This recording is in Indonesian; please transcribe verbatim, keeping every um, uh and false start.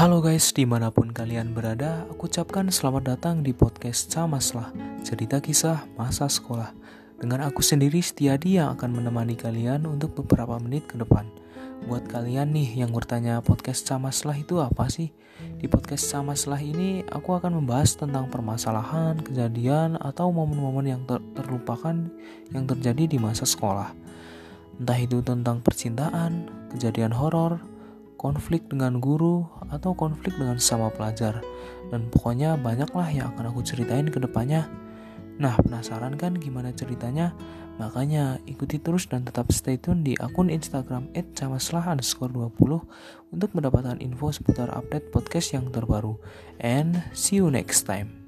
Halo guys, dimanapun kalian berada, aku ucapkan selamat datang di podcast Camaslah, cerita kisah masa sekolah. Dengan aku sendiri Setiadi yang akan menemani kalian untuk beberapa menit ke depan. Buat kalian nih yang bertanya podcast Camaslah itu apa sih? Di podcast Camaslah ini aku akan membahas tentang permasalahan, kejadian, atau momen-momen yang ter- terlupakan yang terjadi di masa sekolah. Entah itu tentang percintaan, kejadian horor, konflik dengan guru, atau konflik dengan sesama pelajar. Dan pokoknya banyaklah yang akan aku ceritain ke depannya. Nah, penasaran kan gimana ceritanya? Makanya ikuti terus dan tetap stay tune di akun Instagram et camaslah underscore dua puluh untuk mendapatkan info seputar update podcast yang terbaru. And see you next time.